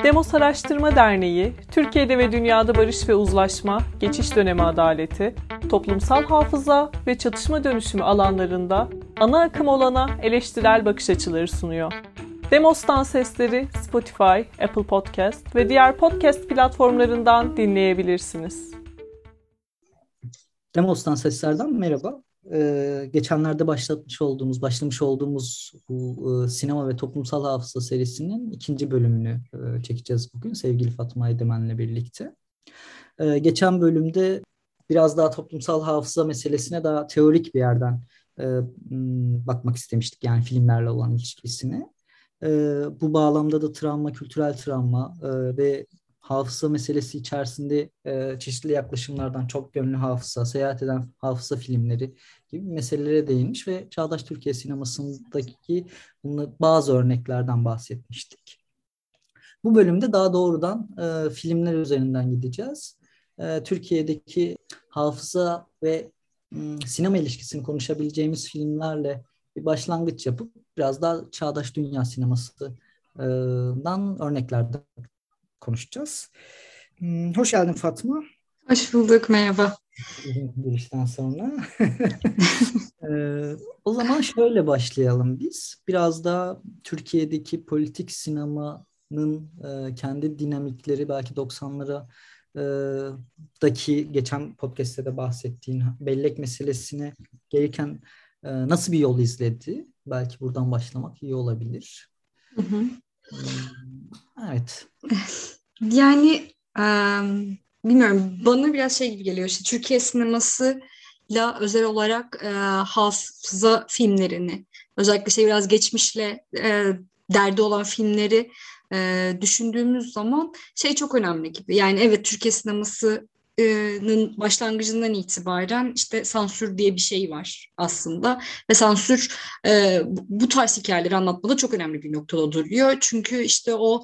Demos Araştırma Derneği, Türkiye'de ve dünyada barış ve uzlaşma, geçiş dönemi adaleti, toplumsal hafıza ve çatışma dönüşümü alanlarında ana akım olana eleştirel bakış açıları sunuyor. Demos'tan sesleri Spotify, Apple Podcast ve diğer podcast platformlarından dinleyebilirsiniz. Demos'tan seslerden merhaba. Geçenlerde başlamış olduğumuz bu sinema ve toplumsal hafıza serisinin ikinci bölümünü çekeceğiz bugün sevgili Fatma Aydemen'le birlikte. Geçen bölümde biraz daha toplumsal hafıza meselesine daha teorik bir yerden bakmak istemiştik, yani filmlerle olan ilişkisine. Bu bağlamda da travma, kültürel travma ve hafıza meselesi içerisinde çeşitli yaklaşımlardan çok yönlü hafıza, seyahat eden hafıza filmleri gibi meselelere değinmiş ve çağdaş Türkiye sinemasındaki bazı örneklerden bahsetmiştik. Bu bölümde daha doğrudan filmler üzerinden gideceğiz. Türkiye'deki hafıza ve sinema ilişkisini konuşabileceğimiz filmlerle bir başlangıç yapıp biraz daha çağdaş dünya sinemasından örneklerden konuşacağız. Hoş geldin Fatma. Hoş bulduk, merhaba. Girişten sonra. O zaman şöyle başlayalım biz. Biraz daha Türkiye'deki politik sinemanın kendi dinamikleri, belki 90'lara daki geçen podcast'te de bahsettiğin bellek meselesine gelirken nasıl bir yol izledi? Belki buradan başlamak iyi olabilir. Hı hı. Evet. Yani bilmiyorum, bana biraz şey gibi geliyor. İşte Türkiye sinemasıyla özel olarak hafıza filmlerini, özellikle biraz geçmişle derdi olan filmleri düşündüğümüz zaman çok önemli gibi. Yani evet, Türkiye sineması başlangıcından itibaren işte sansür diye bir şey var aslında ve sansür bu tarz hikayeleri anlatmada çok önemli bir noktada duruyor. Çünkü işte o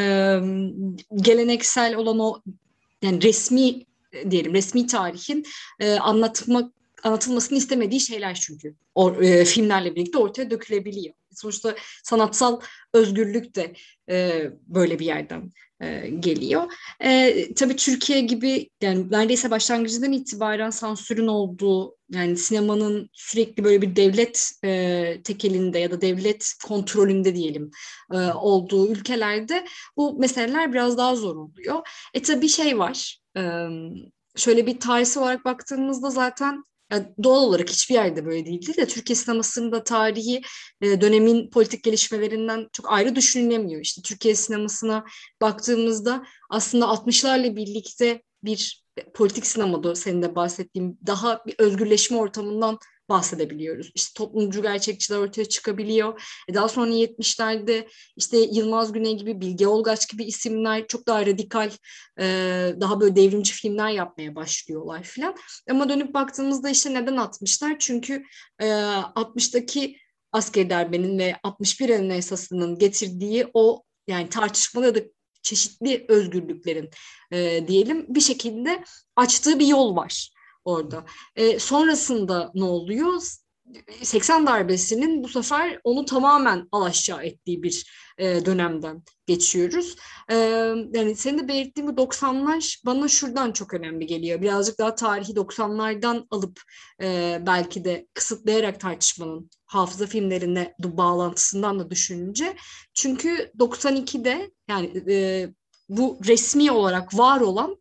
geleneksel olan o, yani resmi tarihin anlatılmasını istemediği şeyler çünkü filmlerle birlikte ortaya dökülebiliyor. Sonuçta sanatsal özgürlük de böyle bir yerden geliyor. Tabii Türkiye gibi, yani neredeyse başlangıcından itibaren sansürün olduğu, yani sinemanın sürekli böyle bir devlet tekelinde ya da devlet kontrolünde diyelim olduğu ülkelerde bu meseleler biraz daha zor oluyor. Tabii var. Şöyle bir tarihsel olarak baktığımızda zaten doğal olarak hiçbir yerde böyle değildi de Türkiye sinemasında tarihi dönemin politik gelişmelerinden çok ayrı düşünülemiyor. İşte Türkiye sinemasına baktığımızda aslında 60'larla birlikte bir politik sinemada, senin de bahsettiğim, daha bir özgürleşme ortamından bahsedebiliyoruz. İşte toplumcu gerçekçiler ortaya çıkabiliyor. Daha sonra 70'lerde işte Yılmaz Güney gibi, Bilge Olgaç gibi isimler çok daha radikal, daha böyle devrimci filmler yapmaya başlıyorlar filan. Ama dönüp baktığımızda işte neden 60'lar? Çünkü 60'daki askeri darbenin ve 61 Anayasası'nın getirdiği o, yani tartışmalı ya da çeşitli özgürlüklerin diyelim bir şekilde açtığı bir yol var orada. Sonrasında ne oluyor? 80 darbesinin bu sefer onu tamamen alaşağı ettiği bir dönemden geçiyoruz. Yani senin de belirttiğin bu 90'lar bana şuradan çok önemli geliyor. Birazcık daha tarihi 90'lardan alıp belki de kısıtlayarak tartışmanın hafıza filmlerine bağlantısından da düşününce. Çünkü 92'de yani bu resmi olarak var olan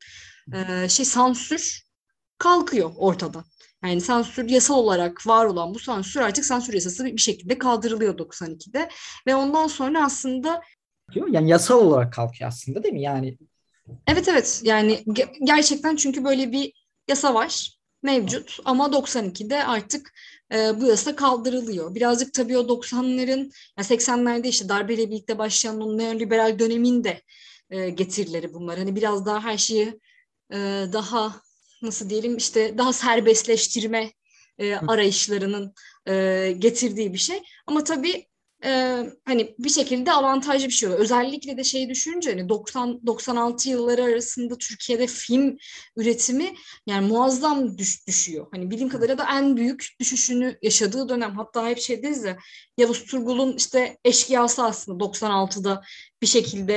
sansür kalkıyor ortadan. Yani sansür, yasal olarak var olan bu sansür, artık sansür yasası bir şekilde kaldırılıyor 92'de ve ondan sonra aslında, yani yasal olarak kalkıyor aslında, değil mi? Yani evet yani gerçekten, çünkü böyle bir yasa var, mevcut, ama 92'de artık bu yasa kaldırılıyor. Birazcık tabii o 90'ların, yani 80'lerde işte darbeyle birlikte başlayan o neoliberal dönemin de getirileri bunlar. Hani biraz daha her şeyi daha, nasıl diyelim, işte daha serbestleştirme arayışlarının getirdiği bir şey. Ama tabii hani bir şekilde avantajlı bir şey oluyor. Özellikle de düşünce, hani 90-96 yılları arasında Türkiye'de film üretimi yani muazzam düşüyor. Hani bildiğim kadarıyla da en büyük düşüşünü yaşadığı dönem. Hatta hep deriz ya, Yavuz Turgul'un işte Eşkıyası aslında 96'da bir şekilde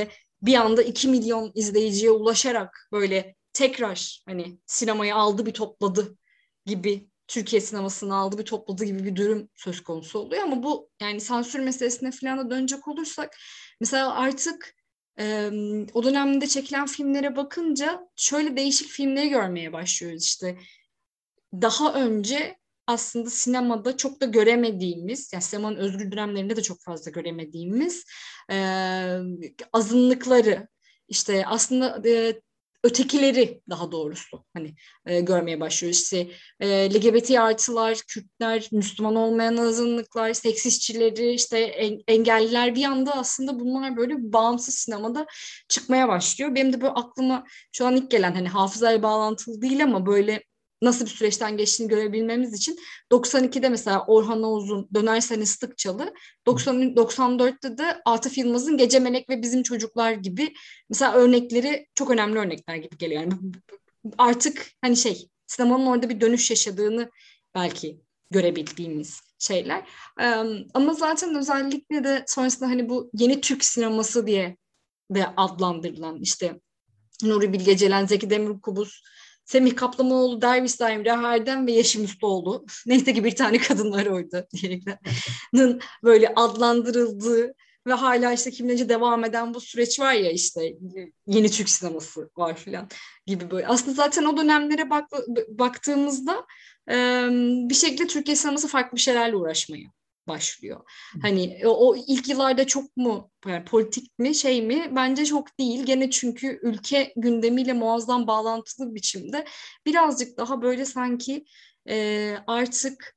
bir anda 2 milyon izleyiciye ulaşarak böyle tekrar hani sinemayı aldı bir topladı gibi, Türkiye sinemasını aldı bir topladı gibi bir durum söz konusu oluyor. Ama bu yani sansür meselesine falan da dönecek olursak mesela artık o dönemde çekilen filmlere bakınca şöyle değişik filmleri görmeye başlıyoruz. İşte daha önce aslında sinemada çok da göremediğimiz, yani sinemanın özgür dönemlerinde de çok fazla göremediğimiz azınlıkları, işte aslında ötekileri daha doğrusu hani görmeye başlıyoruz. İşte LGBT artılar, Kürtler, Müslüman olmayan azınlıklar, seks işçileri, işte engelliler, bir anda aslında bunlar böyle bağımsız sinemada çıkmaya başlıyor. Benim de böyle aklıma şu an ilk gelen, hani hafızayla bağlantılı değil ama böyle nasıl bir süreçten geçtiğini görebilmemiz için 92'de mesela Orhan Oğuz'un Dönersen Islık Çalı, 94'te de Atıf Yılmaz'ın Gece Melek ve Bizim Çocuklar gibi mesela örnekleri çok önemli örnekler gibi geliyor. Yani artık hani sinemanın orada bir dönüş yaşadığını belki görebildiğimiz şeyler. Ama zaten özellikle de sonrasında hani bu yeni Türk sineması diye de adlandırılan, işte Nuri Bilge Ceylan, Zeki Demirkubuz, Semih Kaplamaoğlu, Derviş Emre Herdem ve Yeşim Üstoğlu. Neyse ki bir tane kadın var orada diyerekten. Böyle adlandırıldığı ve hala işte kimlerince devam eden bu süreç var ya, işte yeni Türk sineması var filan gibi böyle. Aslında zaten o dönemlere baktığımızda bir şekilde Türkiye sineması farklı bir şeylerle uğraşmaya başlıyor. Hani o ilk yıllarda çok mu yani politik mi mi, bence çok değil. Gene çünkü ülke gündemiyle muazzam bağlantılı bir biçimde birazcık daha böyle sanki artık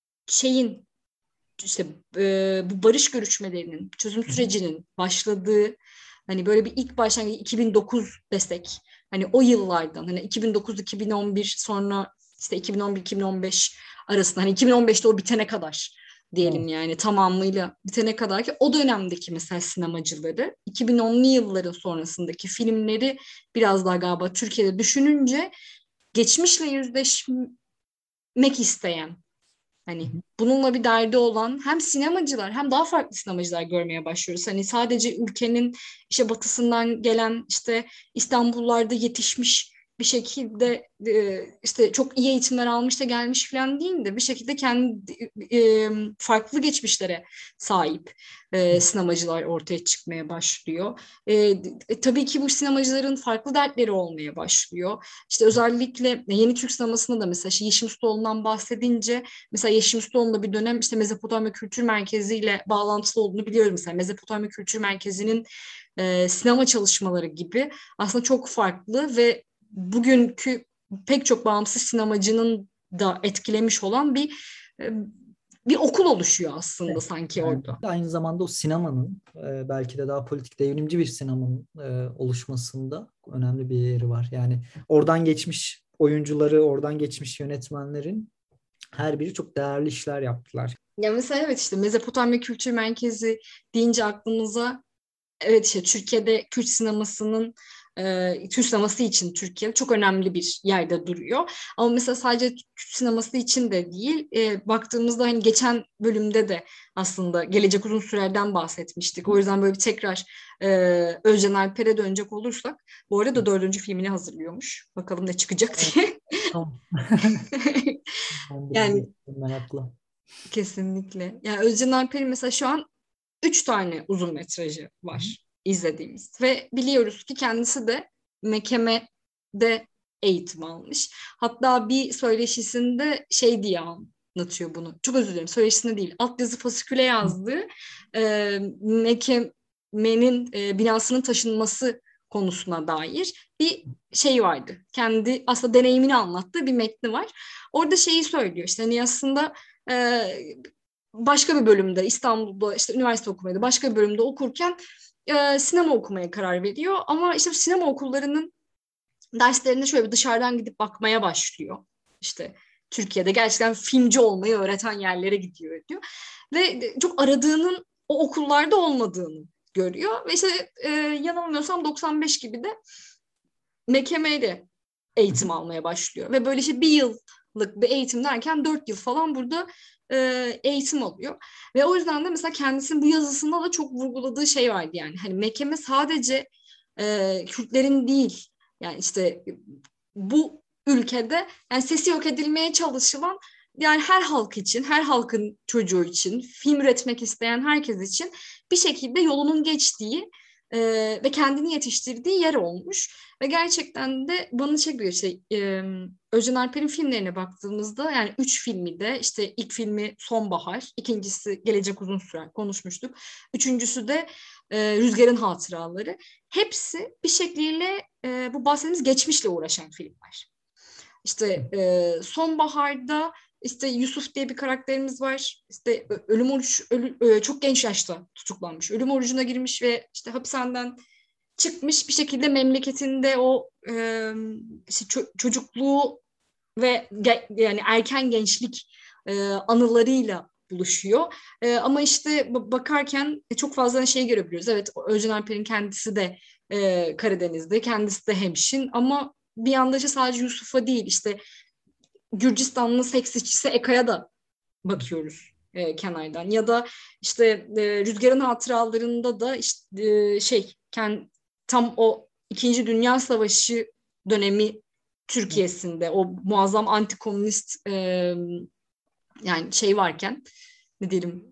işte bu barış görüşmelerinin, çözüm sürecinin başladığı, hani böyle bir ilk başlangıç 2009 desek, hani o yıllardan, hani 2009-2011, sonra işte 2011-2015 arasında, hani 2015'te o bitene kadar diyelim, yani tamamıyla bitene kadar ki o dönemdeki mesela sinemacıları, 2010'lu yılların sonrasındaki filmleri biraz daha galiba Türkiye'de düşününce geçmişle yüzleşmek isteyen, hani bununla bir derdi olan hem sinemacılar hem daha farklı sinemacılar görmeye başlıyoruz. Hani sadece ülkenin işte batısından gelen, işte İstanbullarda yetişmiş bir şekilde işte çok iyi eğitimler almış da gelmiş falan değil de bir şekilde kendi farklı geçmişlere sahip sinemacılar ortaya çıkmaya başlıyor. Tabii ki bu sinemacıların farklı dertleri olmaya başlıyor. İşte özellikle yeni Türk sinemasında da mesela Yeşim Üstoğlu'ndan bahsedince, mesela Yeşim Üstoğlu'nda bir dönem işte Mezopotamya Kültür Merkezi ile bağlantılı olduğunu biliyoruz. Mesela Mezopotamya Kültür Merkezi'nin sinema çalışmaları gibi aslında çok farklı ve bugünkü pek çok bağımsız sinemacının da etkilemiş olan bir okul oluşuyor aslında, evet, sanki yani orada. Aynı zamanda o sinemanın belki de daha politik devrimci bir sinemanın oluşmasında önemli bir yeri var. Yani oradan geçmiş oyuncuları, oradan geçmiş yönetmenlerin her biri çok değerli işler yaptılar. Ya mesela evet, işte Mezopotamya Kültür Merkezi deyince aklımıza, evet, işte Türkiye'de Kürt sinemasının Türk sineması için Türkiye'de çok önemli bir yerde duruyor. Ama mesela sadece Kürt sineması için de değil, baktığımızda hani geçen bölümde de aslında Gelecek Uzun Sürer'den bahsetmiştik. O yüzden böyle bir tekrar Özcan Alper'e dönecek olursak, bu arada 4. filmini hazırlıyormuş. Bakalım ne çıkacak diye. Tamam. Yani meraklı. kesinlikle. Yani Özcan Alper'in mesela şu an 3 tane uzun metrajı var izlediğimiz ve biliyoruz ki kendisi de Mekeme'de eğitim almış. Hatta bir söyleşisinde diye anlatıyor bunu. Çok özür dilerim, söyleşisinde değil, altyazı fasiküle yazdığı Mekeme'nin binasının taşınması konusuna dair bir vardı. Kendi aslında deneyimini anlattığı bir metni var. Orada söylüyor, işte hani aslında başka bir bölümde İstanbul'da işte üniversite okumaya, başka bir bölümde okurken sinema okumaya karar veriyor. Ama işte sinema okullarının derslerinde şöyle bir dışarıdan gidip bakmaya başlıyor. İşte Türkiye'de gerçekten filmci olmayı öğreten yerlere gidiyor diyor. Ve çok aradığının o okullarda olmadığını görüyor. Ve işte yanılmıyorsam 95 gibi de Mekeme'yle eğitim almaya başlıyor. Ve böyle bir yıllık bir eğitim derken 4 yıl falan burada eğitim alıyor. Ve o yüzden de mesela kendisinin bu yazısında da çok vurguladığı vardı yani. Hani Mekeme sadece Kürtlerin değil. Yani işte bu ülkede yani sesi yok edilmeye çalışılan, yani her halk için, her halkın çocuğu için, film üretmek isteyen herkes için bir şekilde yolunun geçtiği ve kendini yetiştirdiği yer olmuş. Ve gerçekten de bana çekiyor Özcan Alper'in filmlerine baktığımızda, yani 3 filmi de, işte ilk filmi Sonbahar, ikincisi Gelecek Uzun Sürer, konuşmuştuk. Üçüncüsü de Rüzgar'ın Hatıraları. Hepsi bir şekliyle bu bahsettiğimiz geçmişle uğraşan filmler. İşte Sonbahar'da işte Yusuf diye bir karakterimiz var. İşte çok genç yaşta tutuklanmış. Ölüm orucuna girmiş ve işte hapishaneden çıkmış bir şekilde memleketinde o işte çocukluğu ve yani erken gençlik anılarıyla buluşuyor. Ama işte bakarken çok fazla şey görebiliyoruz. Evet, Özcan Alper'in kendisi de Karadeniz'de, kendisi de hemşin, ama bir yanda işte sadece Yusuf'a değil, işte Gürcistanlı seks işçisi Eka'ya da bakıyoruz kenardan. Ya da işte Rüzgar'ın Hatıralarında da işte tam o İkinci Dünya Savaşı dönemi Türkiye'sinde o muazzam antikomünist yani şey varken, ne diyelim,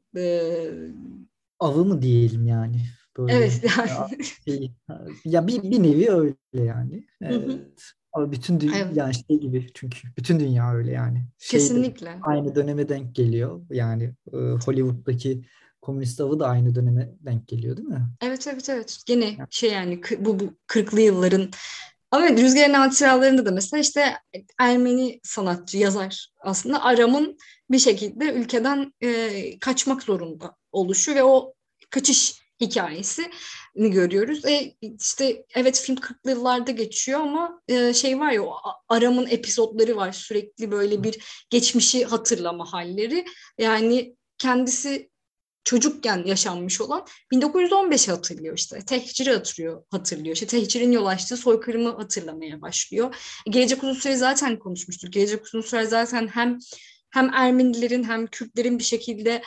Avı mı diyelim yani, böyle evet yani. ya bir nevi öyle yani. Hı hı. Ama bütün Evet, yani şey gibi, çünkü bütün dünya öyle yani. Şey de kesinlikle. aynı döneme denk geliyor. Yani Hollywood'daki komünist avı da aynı döneme denk geliyor, değil mi? Evet, evet, evet. Gene şey yani bu 40'lı yılların. Ama evet, Rüzgar'ın Hatıralarında da mesela işte Ermeni sanatçı, yazar aslında Aram'ın bir şekilde ülkeden kaçmak zorunda oluşu ve o kaçış hikayesini görüyoruz. İşte evet, film 40'lı yıllarda geçiyor ama şey var ya, o Aram'ın episodları var, sürekli böyle bir geçmişi hatırlama halleri. Yani kendisi çocukken yaşanmış olan 1915'i hatırlıyor işte. Tehcir'i hatırlıyor. İşte tehcirin yol açtığı soykırımı hatırlamaya başlıyor. Gelecek Uzun Süre zaten konuşmuştuk. Gelecek Uzun Süre zaten hem Ermenilerin hem Kürtlerin bir şekilde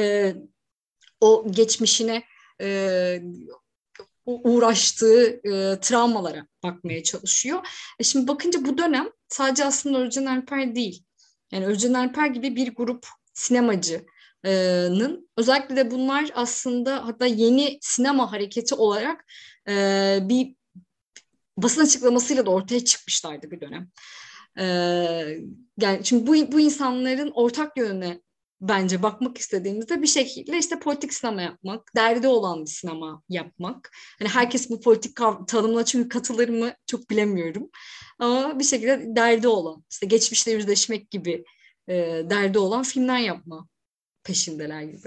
o geçmişine e, uğraştığı travmalara bakmaya çalışıyor. Şimdi bakınca bu dönem sadece aslında Özcan Alper değil. Yani Özcan Alper gibi bir grup sinemacının, özellikle de bunlar aslında hatta yeni sinema hareketi olarak bir basın açıklamasıyla da ortaya çıkmışlardı bir dönem. Yani şimdi bu insanların ortak yönüne bence bakmak istediğimizde bir şekilde işte politik sinema yapmak, derdi olan bir sinema yapmak. Hani herkes bu politik tanımına çünkü katılır mı çok bilemiyorum. Ama bir şekilde derdi olan, işte geçmişle yüzleşmek gibi derdi olan filmler yapma peşindeler gibi.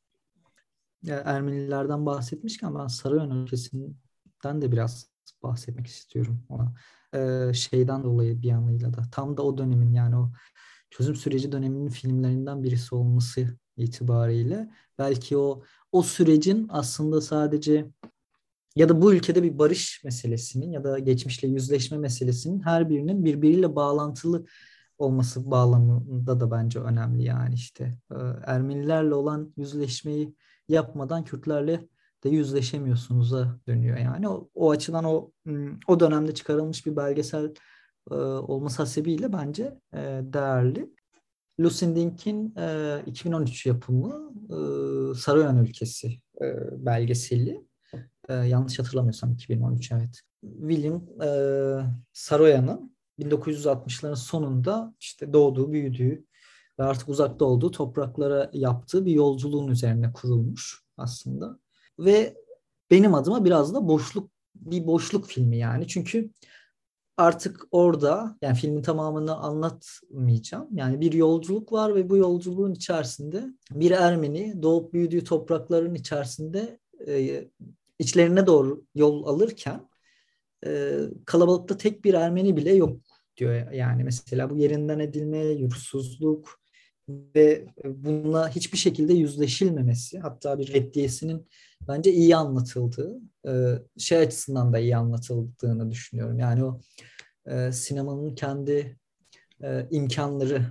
Ya Ermenilerden bahsetmişken ben Sarıön ülkesinden de biraz bahsetmek istiyorum ona. Şeyden dolayı bir yanıyla da tam da o dönemin, yani o çözüm süreci döneminin filmlerinden birisi olması itibariyle belki o sürecin aslında sadece ya da bu ülkede bir barış meselesinin ya da geçmişle yüzleşme meselesinin her birinin birbiriyle bağlantılı olması bağlamında da bence önemli. Yani işte Ermenilerle olan yüzleşmeyi yapmadan Kürtlerle de yüzleşemiyorsunuz'a dönüyor. Yani o açıdan o dönemde çıkarılmış bir belgesel olması hasebiyle bence değerli. Lucy Dink'in 2013 yapımı Sarıön Ülkesi belgeseli. Yanlış hatırlamıyorsam 2013, evet. William Saroyan'ın 1960'ların sonunda işte doğduğu, büyüdüğü ve artık uzakta olduğu topraklara yaptığı bir yolculuğun üzerine kurulmuş aslında. Ve benim adıma biraz da bir boşluk filmi yani. Çünkü artık orada, yani filmin tamamını anlatmayacağım. Yani bir yolculuk var ve bu yolculuğun içerisinde bir Ermeni doğup büyüdüğü toprakların içerisinde içlerine doğru yol alırken kalabalıkta tek bir Ermeni bile yok diyor. Yani mesela bu yerinden edilme, yurtsuzluk ve bununla hiçbir şekilde yüzleşilmemesi, hatta bir reddiyesinin bence iyi anlatıldığı, şey açısından da iyi anlatıldığını düşünüyorum. Yani o sinemanın kendi imkanları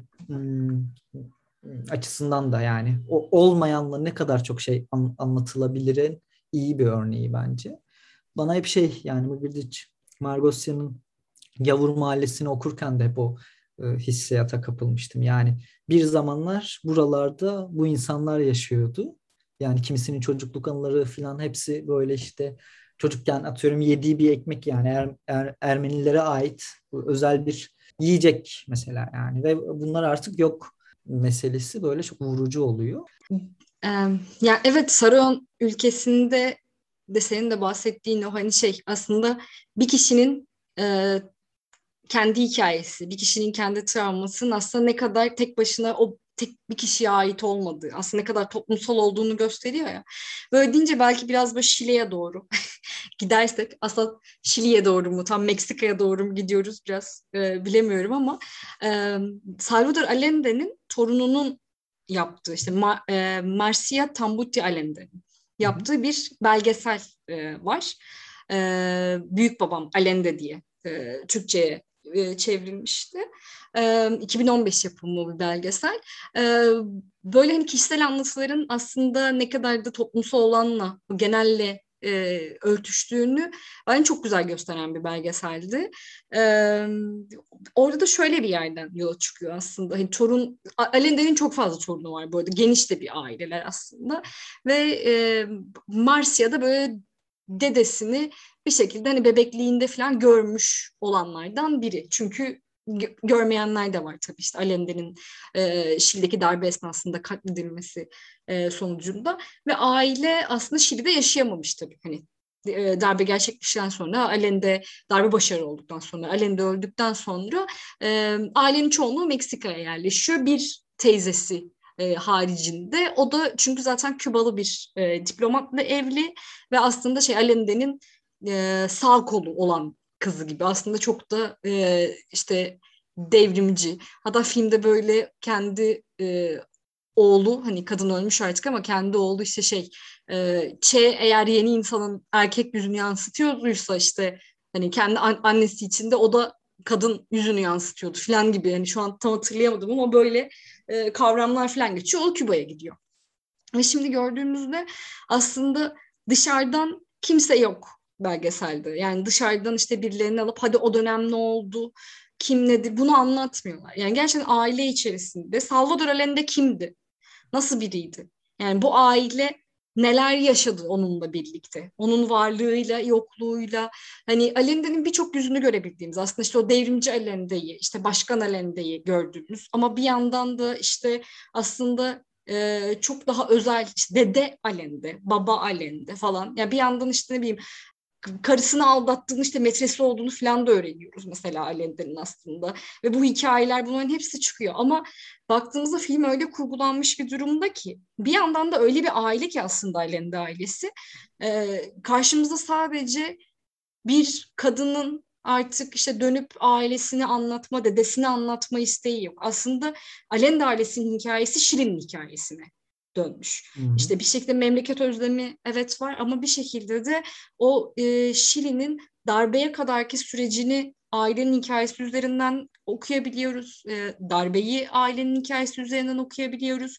açısından da, yani o olmayanla ne kadar çok şey anlatılabilirin iyi bir örneği bence. bana hep yani Mugirdic, Margosya'nın Yavur Mahallesi'ni okurken de hep o hissiyata kapılmıştım. Yani bir zamanlar buralarda bu insanlar yaşıyordu. Yani kimisinin çocukluk anıları falan hepsi böyle işte çocukken atıyorum yediği bir ekmek yani Ermenilere ait özel bir yiyecek mesela yani ve bunlar artık yok meselesi böyle çok vurucu oluyor. Ya evet, Saruhan ülkesinde de senin de bahsettiğin o hani aslında bir kişinin kendi hikayesi, bir kişinin kendi travmasının aslında ne kadar tek başına o tek bir kişiye ait olmadığı, aslında ne kadar toplumsal olduğunu gösteriyor ya. Böyle deyince belki biraz böyle Şili'ye doğru gidersek, aslında Şili'ye doğru mu, tam Meksika'ya doğru mu gidiyoruz biraz bilemiyorum ama Salvador Allende'nin torununun yaptığı Marcia Tambuti Allende'nin yaptığı bir belgesel var. Büyük Babam Allende diye Türkçe'ye çevrilmişti. 2015 yapımı bir belgesel. Böyle hani kişisel anlatıların aslında ne kadar da toplumsal olanla, genelle örtüştüğünü bence çok güzel gösteren bir belgeseldi. Orada da şöyle bir yerden yola çıkıyor aslında. Hani Allende'nin çok fazla torunu var bu arada. Geniş de bir aileler aslında. Ve Marcia'da böyle dedesini bir şekilde hani bebekliğinde falan görmüş olanlardan biri. Çünkü görmeyenler de var tabii, işte Allende'nin Şili'deki darbe esnasında katledilmesi sonucunda ve aile aslında Şili'de yaşayamamış tabii, hani darbe gerçekleştikten sonra, darbe başarılı olduktan sonra, Allende öldükten sonra ailenin çoğunluğu Meksika'ya yerleşiyor. Bir teyzesi haricinde, o da çünkü zaten Kübalı bir diplomatla evli ve aslında Allende'nin sağ kolu olan kızı gibi, aslında çok da işte devrimci. Hatta filmde böyle kendi oğlu, hani kadın ölmüş artık ama kendi oğlu işte eğer yeni insanın erkek yüzünü yansıtıyorduysa işte hani kendi annesi için de o da kadın yüzünü yansıtıyordu falan gibi. Yani şu an tam hatırlayamadım ama böyle kavramlar falan geçiyor. O Küba'ya gidiyor. Ve şimdi gördüğümüzde aslında dışarıdan kimse yok belgeselde. Yani dışarıdan işte birilerini alıp hadi o dönem ne oldu, kim nedir, bunu anlatmıyorlar. Yani gerçekten aile içerisinde Salvador Allende kimdi? Nasıl biriydi? Yani bu aile neler yaşadı onunla birlikte? Onun varlığıyla, yokluğuyla. Hani Allende'nin birçok yüzünü görebildiğimiz, aslında işte o devrimci Allende'yi, işte başkan Allende'yi gördüğümüz ama bir yandan da işte aslında çok daha özel işte dede Allende, baba Allende falan. Ya bir yandan işte ne bileyim karısını aldattığını, işte metresi olduğunu falan da öğreniyoruz mesela Allende'nin aslında. Ve bu hikayeler, bunların hepsi çıkıyor. Ama baktığımızda film öyle kurgulanmış bir durumda ki, bir yandan da öyle bir aile ki aslında Allende ailesi. Karşımızda sadece bir kadının artık işte dönüp ailesini anlatma, dedesini anlatma isteği yok. Aslında Allende ailesinin hikayesi Şirin'in hikayesine dönmüş. Hı hı. İşte bir şekilde memleket özlemi evet var ama bir şekilde de o Şili'nin darbeye kadarki sürecini ailenin hikayesi üzerinden okuyabiliyoruz. Darbeyi ailenin hikayesi üzerinden okuyabiliyoruz.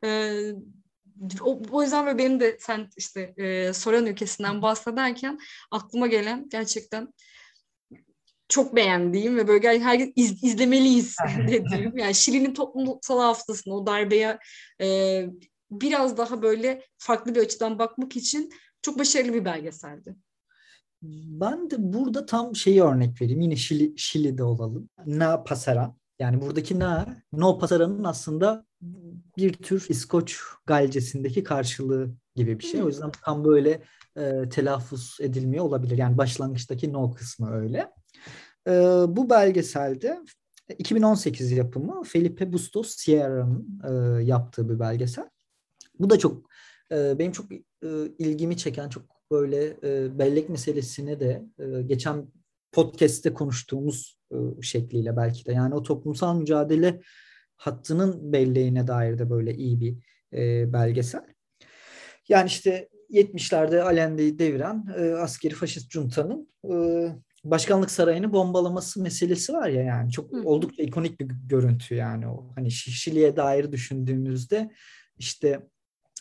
O yüzden böyle benim de sen işte Soran ülkesinden bahsederken aklıma gelen, gerçekten çok beğendiğim ve böyle herkes izlemeliyiz dediğim, yani Şili'nin toplumsal hafızasına, o darbeye biraz daha böyle farklı bir açıdan bakmak için çok başarılı bir belgeseldi. Ben de burada tam şeyi örnek vereyim. Yine Şili'de olalım. Na Pasara. Yani buradaki No Pasara'nın aslında bir tür İskoç Galcesindeki karşılığı gibi bir şey. O yüzden tam böyle telaffuz edilmiyor olabilir. Yani başlangıçtaki No kısmı öyle. Bu belgeselde 2018 yapımı Felipe Bustos Sierra'nın yaptığı bir belgesel. Bu da çok benim çok ilgimi çeken, çok böyle bellek meselesine de geçen podcast'te konuştuğumuz şekliyle belki de, yani o toplumsal mücadele hattının belleğine dair de böyle iyi bir belgesel. Yani işte 70'lerde Allende'yi deviren askeri faşist juntanın başkanlık sarayını bombalaması meselesi var ya, yani çok oldukça ikonik bir görüntü yani o. Hani Şili'ye dair düşündüğümüzde işte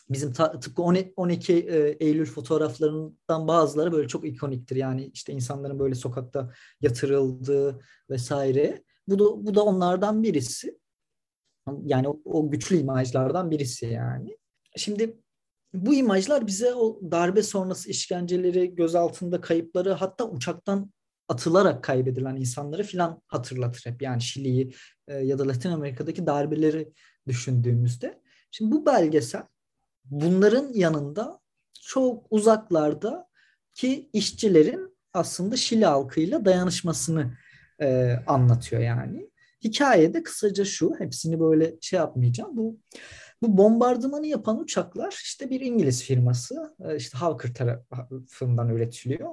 bizim tıpkı 12 Eylül fotoğraflarından bazıları böyle çok ikoniktir. Yani işte insanların böyle sokakta yatırıldığı vesaire. Bu da onlardan birisi. Yani o güçlü imajlardan birisi yani. Şimdi bu imajlar bize o darbe sonrası işkenceleri, gözaltında kayıpları, hatta uçaktan atılarak kaybedilen insanları filan hatırlatır hep. Yani Şili'yi ya da Latin Amerika'daki darbeleri düşündüğümüzde. Şimdi bu belgesel bunların yanında çok uzaklardaki işçilerin aslında Şili halkıyla dayanışmasını anlatıyor yani. Hikayede kısaca şu, hepsini böyle şey yapmayacağım. Bu bombardımanı yapan uçaklar işte bir İngiliz firması, işte Hawker tarafından üretiliyor.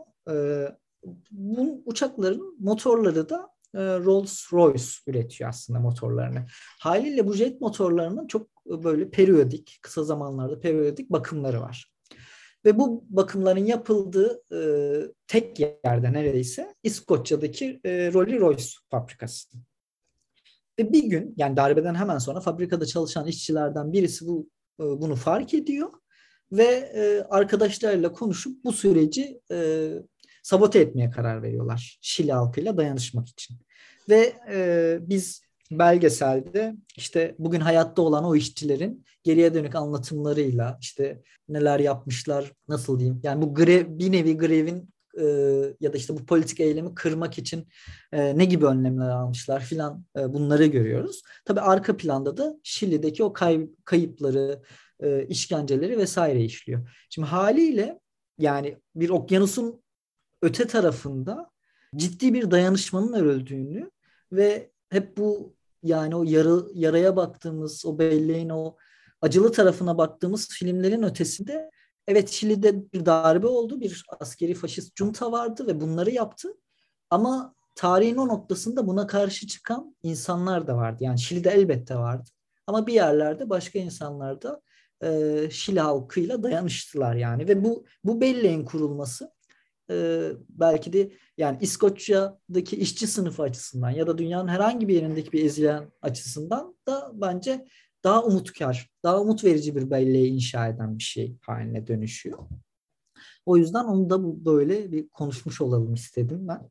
Bu uçakların motorları da Rolls-Royce üretiyor aslında motorlarını. Haliyle bu jet motorlarının çok böyle kısa zamanlarda periyodik bakımları var. Ve bu bakımların yapıldığı tek yerde neredeyse İskoçya'daki Rolls-Royce fabrikası. Ve bir gün, yani darbeden hemen sonra fabrikada çalışan işçilerden birisi bunu fark ediyor ve arkadaşlarıyla konuşup bu süreci sabote etmeye karar veriyorlar Şili halkıyla dayanışmak için. Ve biz belgeselde işte bugün hayatta olan o işçilerin geriye dönük anlatımlarıyla işte neler yapmışlar, nasıl diyeyim, yani bu bir nevi grevin ya da işte bu politik eylemi kırmak için ne gibi önlemler almışlar filan, bunları görüyoruz. Tabii arka planda da Şili'deki o kayıpları, işkenceleri vesaire işliyor. Şimdi haliyle yani bir okyanusun öte tarafında ciddi bir dayanışmanın örüldüğünü ve hep bu, yani o yaraya baktığımız, o belleğin o acılı tarafına baktığımız filmlerin ötesinde, evet Şili'de bir darbe oldu, bir askeri faşist junta vardı ve bunları yaptı. Ama tarihin o noktasında buna karşı çıkan insanlar da vardı. Yani Şili'de elbette vardı. Ama bir yerlerde başka insanlar da Şili halkıyla dayanıştılar yani. Ve bu belleğin kurulması belki de yani İskoçya'daki işçi sınıfı açısından ya da dünyanın herhangi bir yerindeki bir ezilen açısından da bence daha umutkar, daha umut verici bir belleği inşa eden bir şey haline dönüşüyor. O yüzden onu da böyle bir konuşmuş olalım istedim ben.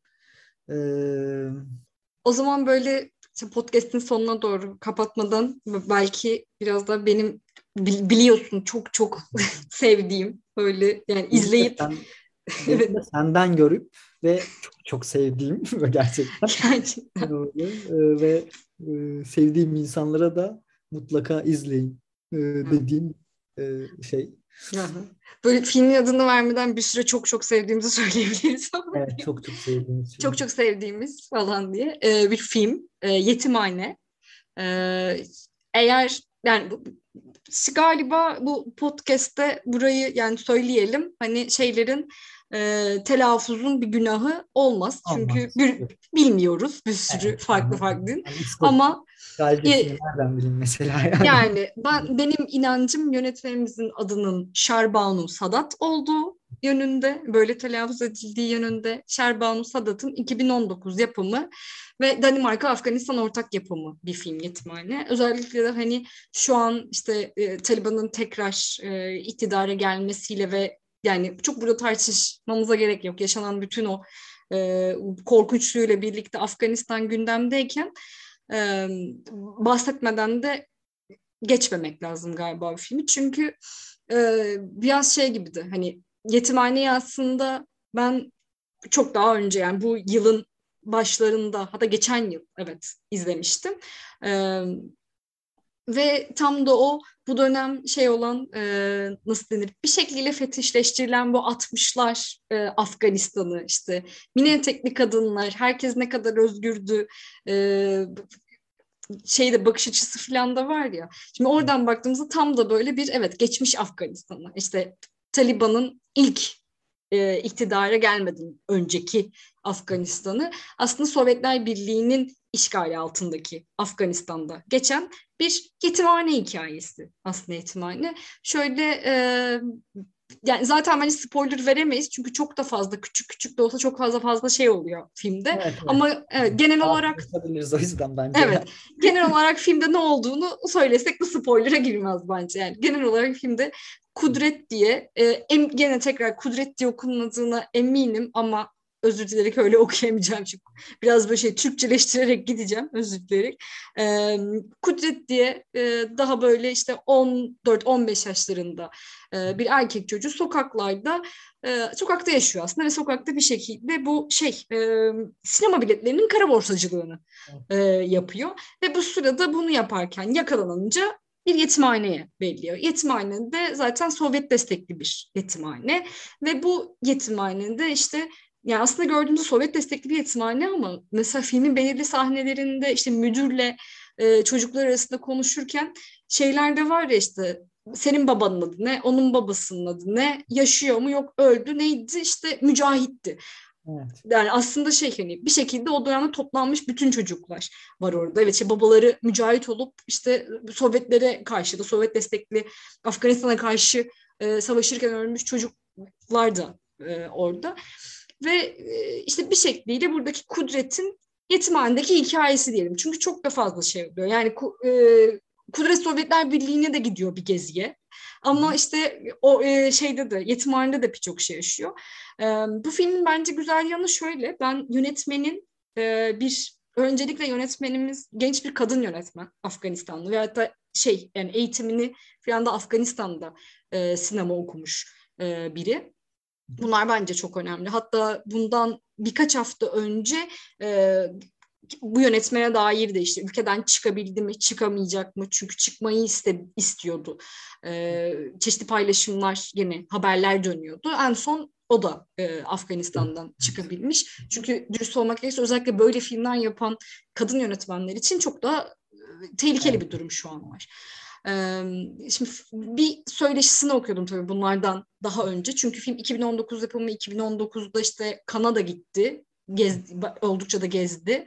O zaman böyle podcast'in sonuna doğru kapatmadan belki biraz da benim biliyorsun çok çok sevdiğim böyle yani izleyip benim de senden görüp ve çok çok sevdiğim gerçekten ve sevdiğim insanlara da mutlaka izleyin dediğim şey. Böyle filmin adını vermeden bir süre çok çok sevdiğimizi söyleyebiliriz. Evet, çok çok sevdiğimiz. Çok çok sevdiğimiz falan diye bir film. Yetimhane. Eğer yani galiba bu podcast'te burayı yani söyleyelim. Hani şeylerin telaffuzun bir günahı olmaz. Çünkü bilmiyoruz bir sürü farklı. Yani ama nereden bileyim mesela yani. Yani benim inancım yönetmenimizin adının Şerbanu Sadat olduğu yönünde, böyle telaffuz edildiği yönünde. Şerbanu Sadat'ın 2019 yapımı ve Danimarka-Afganistan ortak yapımı bir film Yetimhane. Özellikle de hani şu an işte Taliban'ın tekrar iktidara gelmesiyle ve yani çok burada tartışmamıza gerek yok. Yaşanan bütün o korkunçluğuyla birlikte Afganistan gündemdeyken bahsetmeden de geçmemek lazım galiba bu filmi. Çünkü biraz şey gibiydi. Hani Yetimhane'yi aslında ben çok daha önce yani bu yılın başlarında hatta geçen yıl izlemiştim. Ve tam da bu dönem şey olan nasıl denir bir şekliyle fetişleştirilen bu 60'lar Afganistan'ı işte mini etekli kadınlar herkes ne kadar özgürdü bakış açısı falan da var ya. Şimdi oradan baktığımızda tam da böyle bir geçmiş Afganistan'ı işte Taliban'ın ilk iktidara gelmeden önceki Afganistan'ı aslında Sovyetler Birliği'nin işgali altındaki Afganistan'da geçen bir yetimhane hikayesi aslında Yetimhane. Şöyle yani zaten bence spoiler veremeyiz çünkü çok da fazla küçük küçük de olsa çok fazla şey oluyor filmde. Evet, evet. Ama genel olarak Yapabiliriz o yüzden bence. evet, genel olarak filmde ne olduğunu söylesek de spoiler'a girmez bence. Yani genel olarak filmde Kudret diye gene tekrar Kudret diye okunmadığına eminim ama özür dilerim öyle okuyamayacağım çünkü biraz böyle Türkçeleştirerek gideceğim, özür dilerim. Kudret diye daha böyle işte 14-15 yaşlarında bir erkek çocuğu sokakta yaşıyor aslında ve sokakta bir şekilde bu sinema biletlerinin kara borsacılığını yapıyor ve bu sırada bunu yaparken yakalanınca bir yetimhaneye veriliyor. Yetimhanede zaten Sovyet destekli bir yetimhane ve bu yetimhanede işte yani aslında gördüğümüzde Sovyet destekli bir yetimhane ama mesela filmin belirli sahnelerinde işte müdürle çocuklar arasında konuşurken şeyler de var ya işte senin babanın adı ne, onun babasının adı ne, yaşıyor mu yok öldü neydi işte Mücahit'ti. Evet. Yani aslında hani bir şekilde o dönemde toplanmış bütün çocuklar var orada. Evet babaları mücahit olup işte Sovyetlere karşı da Sovyet destekli Afganistan'a karşı savaşırken ölmüş çocuklar da orada. Ve işte bir şekliyle buradaki Kudret'in yetimhanedeki hikayesi diyelim. Çünkü çok da fazla şey oluyor. Yani Kudret Sovyetler Birliği'ne de gidiyor bir geziye. Ama işte o şeyde de yetimhanede de birçok şey yaşıyor. Bu filmin bence güzel yanı şöyle. Ben yönetmenin öncelikle yönetmenimiz genç bir kadın yönetmen Afganistanlı ve hatta yani eğitimini falan da Afganistan'da sinema okumuş biri. Bunlar bence çok önemli. Hatta bundan birkaç hafta önce bu yönetmene dair de işte ülkeden çıkabildi mi, çıkamayacak mı? Çünkü çıkmayı istiyordu. Çeşitli paylaşımlar, yine haberler dönüyordu. En son o da Afganistan'dan çıkabilmiş. Çünkü dürüst olmak gerekirse özellikle böyle filmler yapan kadın yönetmenler için çok daha tehlikeli bir durum şu an var. Şimdi bir söyleşisini okuyordum tabii bunlardan daha önce. Çünkü film 2019 yapımı, 2019'da işte Kanada gitti. Oldukça da gezdi.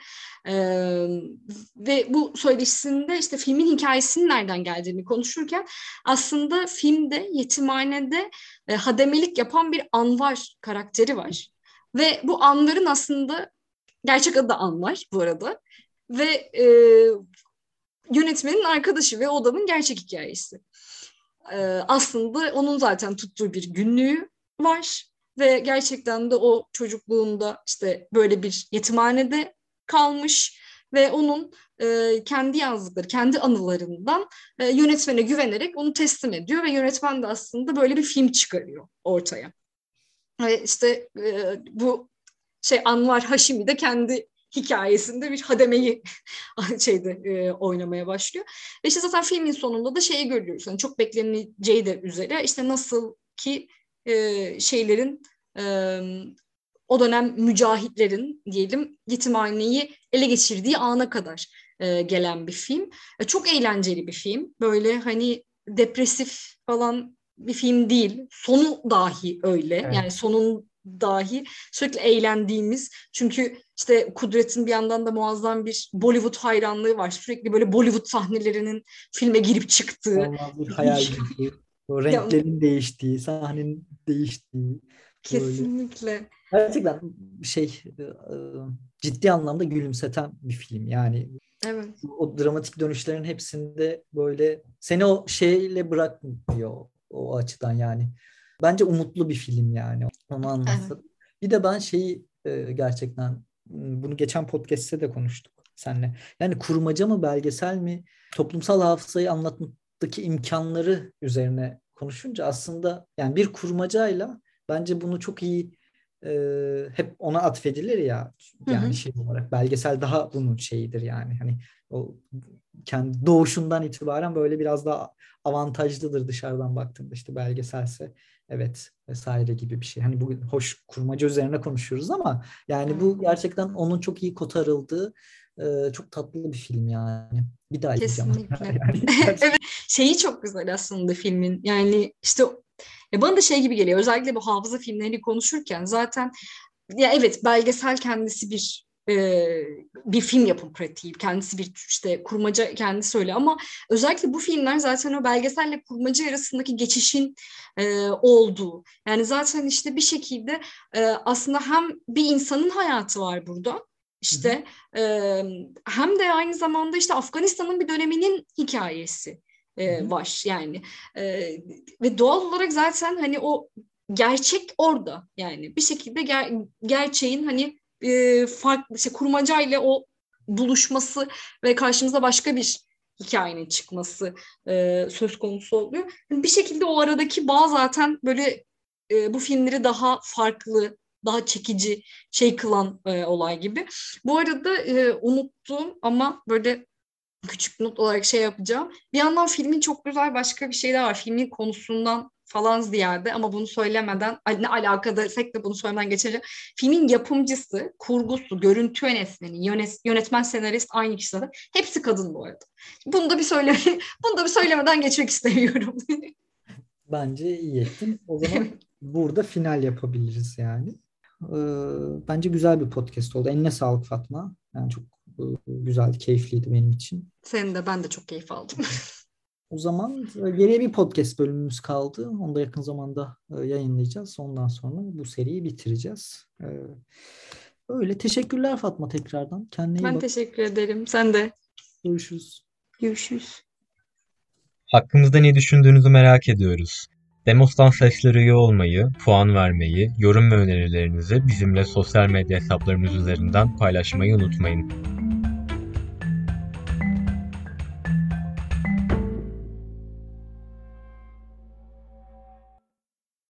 Ve bu söyleşisinde işte filmin hikayesinin nereden geldiğini konuşurken aslında filmde yetimhanede hademelik yapan bir Anvar karakteri var. Ve bu Anvar'ın aslında gerçek adı da Anvar bu arada. Ve yönetmenin arkadaşı ve o adamın gerçek hikayesi. Aslında onun zaten tuttuğu bir günlüğü var ve gerçekten de o çocukluğunda işte böyle bir yetimhanede kalmış ve onun kendi yazdıkları, kendi anılarından yönetmene güvenerek onu teslim ediyor ve yönetmen de aslında böyle bir film çıkarıyor ortaya. Ve işte bu Anvar Haşimi de kendi hikayesinde bir hademeyi oynamaya başlıyor. Ve işte zaten filmin sonunda da şeyi görüyoruz. Yani çok bekleneceği de üzere işte nasıl ki şeylerin o dönem mücahitlerin diyelim yetimhaneyi ele geçirdiği ana kadar gelen bir film. Çok eğlenceli bir film. Böyle hani depresif falan bir film değil. Sonu dahi öyle. Evet. Yani sonun dahi sürekli eğlendiğimiz, çünkü işte Kudret'in bir yandan da muazzam bir Bollywood hayranlığı var. Sürekli böyle Bollywood sahnelerinin filme girip çıktığı. Vallahi bir hayal gibi. O renklerin değiştiği, sahnenin değiştiği. Kesinlikle. Gerçekten ciddi anlamda gülümseten bir film. Yani evet. O dramatik dönüşlerin hepsinde böyle seni o şeyle bırakmıyor o açıdan yani. Bence umutlu bir film yani. Onu anlatsın. Evet. Bir de ben gerçekten bunu geçen podcast'te de konuştuk seninle. Yani kurmaca mı belgesel mi toplumsal hafızayı anlatmadaki imkanları üzerine konuşunca aslında yani bir kurmacayla bence bunu çok iyi hep ona atfedilir ya yani şey olarak belgesel daha bunun şeyidir yani hani o kendi doğuşundan itibaren böyle biraz daha avantajlıdır dışarıdan baktığında işte belgeselse evet vesaire gibi bir şey. Hani bugün hoş kurmaca üzerine konuşuyoruz ama yani bu gerçekten onun çok iyi kotarıldığı çok tatlı bir film yani. Bir daha izleyeceğim. Kesinlikle. Evet, şeyi çok güzel aslında filmin. Yani işte bana da gibi geliyor. Özellikle bu hafıza filmlerini konuşurken zaten ya evet belgesel kendisi bir bir film yapım pratiği. Kendisi bir işte kurmaca kendisi öyle ama özellikle bu filmler zaten o belgeselle kurmaca arasındaki geçişin olduğu. Yani zaten işte bir şekilde aslında hem bir insanın hayatı var burada. İşte hem de aynı zamanda işte Afganistan'ın bir döneminin hikayesi var yani ve doğal olarak zaten hani o gerçek orada yani bir şekilde gerçeğin hani farklı işte kurmacayla o buluşması ve karşımıza başka bir hikayenin çıkması söz konusu oluyor. Yani bir şekilde o aradaki bağ zaten böyle bu filmleri daha farklı, daha çekici şey kılan olay gibi. Bu arada unuttum ama böyle küçük not olarak şey yapacağım. Bir yandan filmin çok güzel başka bir şey daha var. Filmin konusundan falan ziyade ama bunu söylemeden ne alakadaysak da bunu söylemeden geçeceğim. Filmin yapımcısı, kurgusu, görüntü yönetmeni, yönetmen, senarist aynı kişi zaten. Hepsi kadın bu arada. Bunu da bir söylemeden geçmek istemiyorum. Bence iyi ettin. O zaman burada final yapabiliriz yani. Bence güzel bir podcast oldu. Eline sağlık Fatma. Yani çok güzeldi, keyifliydi benim için. Senin de ben de çok keyif aldım. O zaman geriye bir podcast bölümümüz kaldı. Onu da yakın zamanda yayınlayacağız. Ondan sonra bu seriyi bitireceğiz. Öyle. Teşekkürler Fatma tekrardan. Kendine iyi bak. Ben teşekkür ederim. Sen de. Görüşürüz. Görüşürüz. Hakkımızda ne düşündüğünüzü merak ediyoruz. Demos'tan seslere üye olmayı, puan vermeyi, yorum ve önerilerinizi bizimle sosyal medya hesaplarımız üzerinden paylaşmayı unutmayın.